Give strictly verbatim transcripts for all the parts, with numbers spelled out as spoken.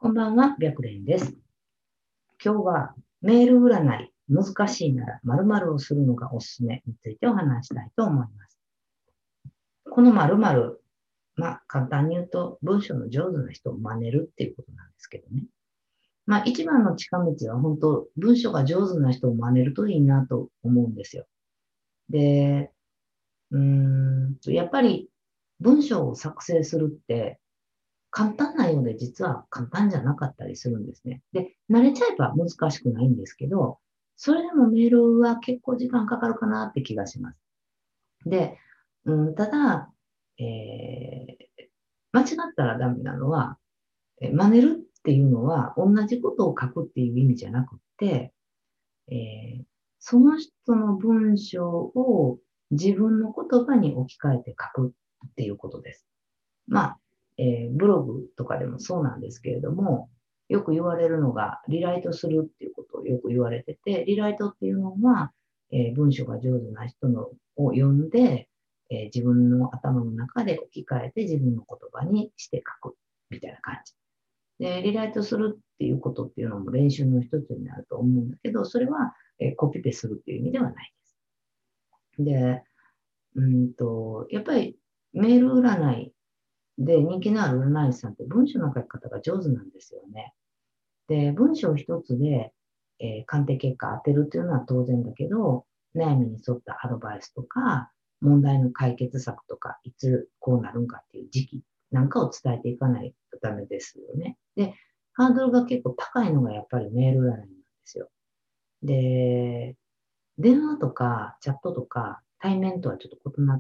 こんばんは、白蓮です。今日はメール占い、難しいなら〇〇をするのがおすすめについてお話したいと思います。この〇〇、まあ簡単に言うと文章の上手な人を真似るっていうことなんですけどね。まあ一番の近道は本当文章が上手な人を真似るといいなと思うんですよ。で、うーん、やっぱり文章を作成するって簡単なようで実は簡単じゃなかったりするんですね。で、慣れちゃえば難しくないんですけど、それでもメールは結構時間かかるかなって気がします。で、うん、ただ、えー間違ったらダメなのは、え真似るっていうのは同じことを書くっていう意味じゃなくって、えーその人の文章を自分の言葉に置き換えて書くっていうことです。まあ、えーブログとかでもそうなんですけれども、よく言われるのが、リライトするっていうことをよく言われてて、リライトっていうのは、えー文章が上手な人のを読んで、えー自分の頭の中で置き換えて自分の言葉にして書くみたいな感じ。で、リライトするっていうことっていうのも練習の一つになると思うんだけど、それは、えーコピペするっていう意味ではないです。で、うんと、やっぱりメール占いで、人気のある占い師さんって文章の書き方が上手なんですよね。で、文章一つで、えー鑑定結果当てるっていうのは当然だけど、悩みに沿ったアドバイスとか、問題の解決策とか、いつこうなるんかっていう時期なんかを伝えていかないとダメですよね。で、ハードルが結構高いのがやっぱりメール占いなんですよ。で、電話とかチャットとか対面とはちょっと異なって、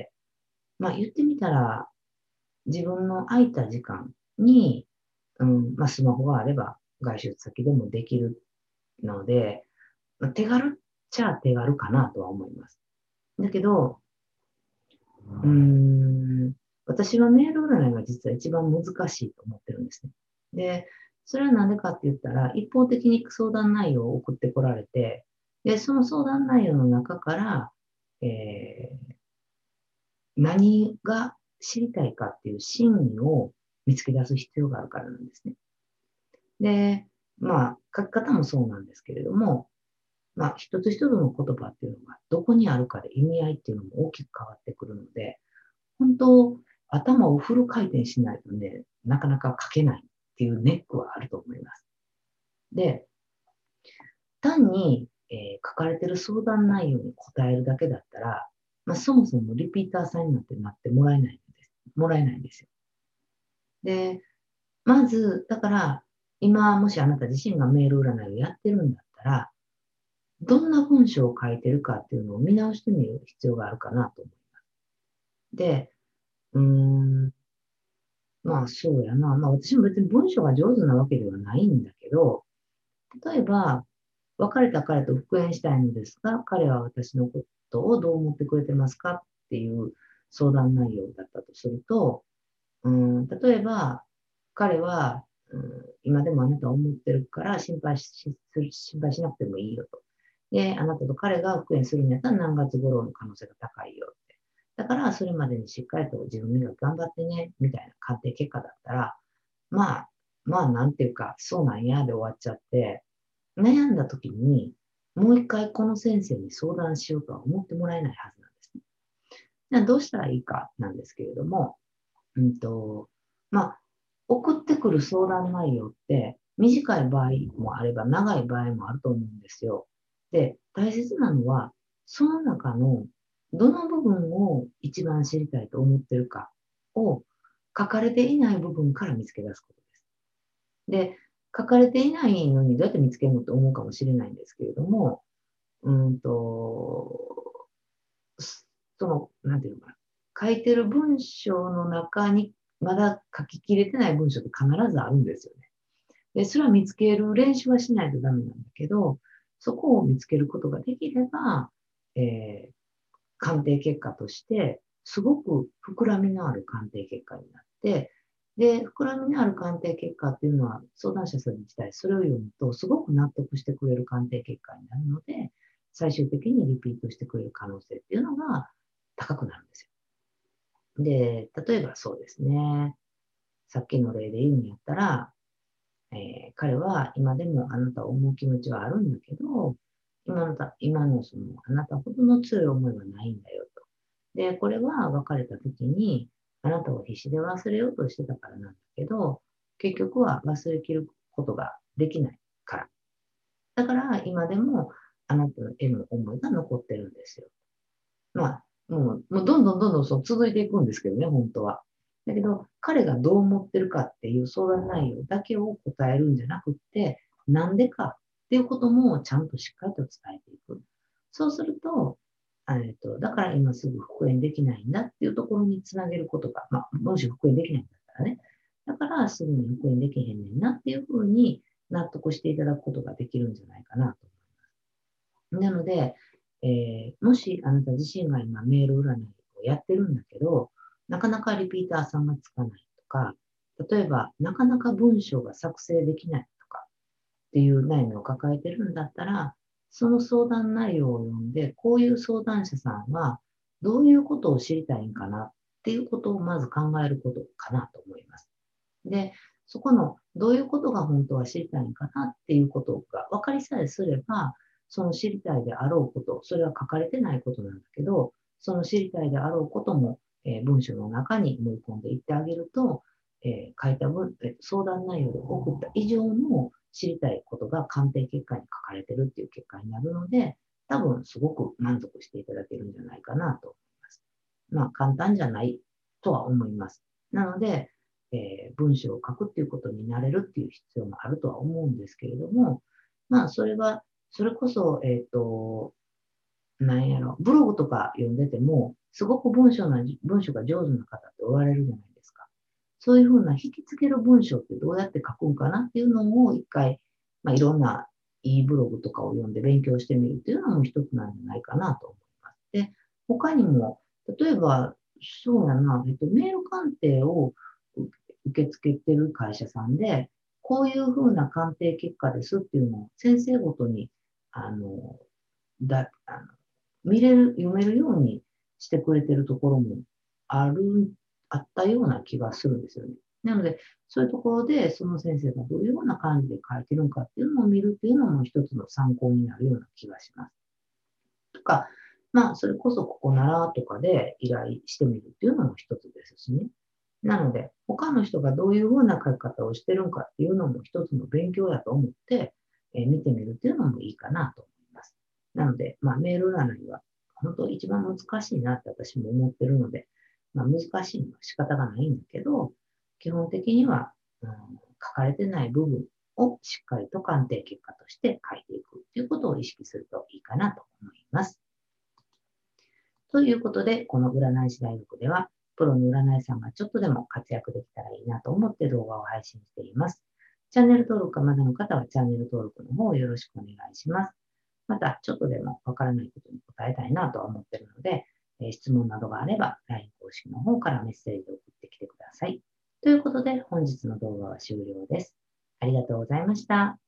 まあ言ってみたら、自分の空いた時間に、うん、まあ、スマホがあれば外出先でもできるので、まあ、手軽っちゃ手軽かなとは思います。だけど、うーん、私はメール占いが実は一番難しいと思ってるんですね。で、それはなんでかって言ったら、一方的に相談内容を送ってこられて、で、その相談内容の中から、えー何が知りたいかっていう真意を見つけ出す必要があるからなんですね。で、まあ、書き方もそうなんですけれども、まあ、一つ一つの言葉っていうのがどこにあるかで意味合いっていうのも大きく変わってくるので、本当、頭をフル回転しないとね、なかなか書けないっていうネックはあると思います。で、単に、えー書かれてる相談内容に答えるだけだったら、まあ、そもそもリピーターさんになってなってもらえないんです。もらえないんですよ。で、まず、だから、今、もしあなた自身がメール占いをやってるんだったら、どんな文章を書いてるかっていうのを見直してみる必要があるかなと思います。で、うーん、まあそうやな。まあ私も別に文章が上手なわけではないんだけど、例えば、別れた彼と復縁したいのですが、彼は私のことをどう思ってくれてますかっていう相談内容だったとすると、うん、例えば、彼は、うん、今でもあなたを思ってるから心配し、し心配しなくてもいいよと。で、あなたと彼が復縁するんやったら何月頃の可能性が高いよって。だから、それまでにしっかりと自分磨き頑張ってね、みたいな鑑定結果だったら、まあ、まあ、なんていうか、そうなんやで終わっちゃって、悩んだ時に、もう一回この先生に相談しようとは思ってもらえないはずなんですね。じゃあどうしたらいいかなんですけれども、うんと、まあ、送ってくる相談内容って短い場合もあれば長い場合もあると思うんですよ。で、大切なのは、その中のどの部分を一番知りたいと思ってるかを書かれていない部分から見つけ出すことです。で、書かれていないのにどうやって見つけるのって思うかもしれないんですけれども、うんと、その、なんていうのかな。書いてる文章の中に、まだ書ききれてない文章って必ずあるんですよね。で、それは見つける練習はしないとダメなんだけど、そこを見つけることができれば、えー、鑑定結果として、すごく膨らみのある鑑定結果になって、で、膨らみのある鑑定結果っていうのは、相談者さん自体それを読むと、すごく納得してくれる鑑定結果になるので、最終的にリピートしてくれる可能性っていうのが高くなるんですよ。で、例えばそうですね。さっきの例で言うんやったら、 えー彼は今でもあなたを思う気持ちはあるんだけど、今のた今のそのあなたほどの強い思いはないんだよと。で、これは別れた時にあなたを必死で忘れようとしてたからなんだけど、結局は忘れきることができないから。だから今でもあなたへの思いが残ってるんですよ。まあ、もう、もうどんどんどんどんそう続いていくんですけどね、本当は。だけど、彼がどう思ってるかっていう相談内容だけを答えるんじゃなくって、なんでかっていうこともちゃんとしっかりと伝えていく。そうすると、えっと、だから今すぐ復縁できないんだっていうところにつなげることが、まあ、もし復縁できないんだったらね、だからすぐに復縁できへんねんなっていうふうに納得していただくことができるんじゃないかなと思います。なので、えーもしあなた自身が今メール占いをやってるんだけど、なかなかリピーターさんがつかないとか、例えばなかなか文章が作成できないとかっていう悩みを抱えてるんだったら、その相談内容を読んで、こういう相談者さんはどういうことを知りたいんかなっていうことをまず考えることかなと思います。で、そこのどういうことが本当は知りたいんかなっていうことが分かりさえすれば、その知りたいであろうこと、それは書かれてないことなんだけど、その知りたいであろうことも、えー文章の中に盛り込んでいってあげると、えー書いた文、え相談内容で送った以上の知りたいことが鑑定結果に書かれてるっていう結果になるので、多分すごく満足していただけるんじゃないかなと思います。まあ簡単じゃないとは思います。なので、えー文章を書くっていうことになれるっていう必要もあるとは思うんですけれども、まあそれは、それこそ、えっと、なんやろ、ブログとか読んでても、すごく文章な、文章が上手な方っておられるじゃないですか。そういうふうな引きつける文章ってどうやって書くんかなっていうのを一回、まあ、いろんないいブログとかを読んで勉強してみるっていうのも一つなんじゃないかなと思います。で、他にも、例えば、そうやな、えっと、メール鑑定を受け付けてる会社さんで、こういうふうな鑑定結果ですっていうのを先生ごとに、あの、だ、あの見れる、読めるようにしてくれてるところもある、あったような気がするんですよね。なので、そういうところで、その先生がどういうような感じで書いてるのかっていうのを見るっていうのも一つの参考になるような気がします。とか、まあ、それこそここならとかで依頼してみるっていうのも一つですしね。なので、他の人がどういうふうな書き方をしてるのかっていうのも一つの勉強だと思って、えー見てみるっていうのもいいかなと思います。なので、まあ、メール占いは本当一番難しいなって私も思ってるので、まあ、難しいのは仕方がないんだけど、基本的には、うん、書かれてない部分をしっかりと鑑定結果として書いていくということを意識するといいかなと思います。ということで、この占い師大学では、プロの占い師さんがちょっとでも活躍できたらいいなと思って動画を配信しています。チャンネル登録がまだの方はチャンネル登録の方をよろしくお願いします。また、ちょっとでもわからないことに答えたいなとは思っているので、えー質問などがあれば、ライン 公式の方からメッセージを送ってきてください。ということで、本日の動画は終了です。ありがとうございました。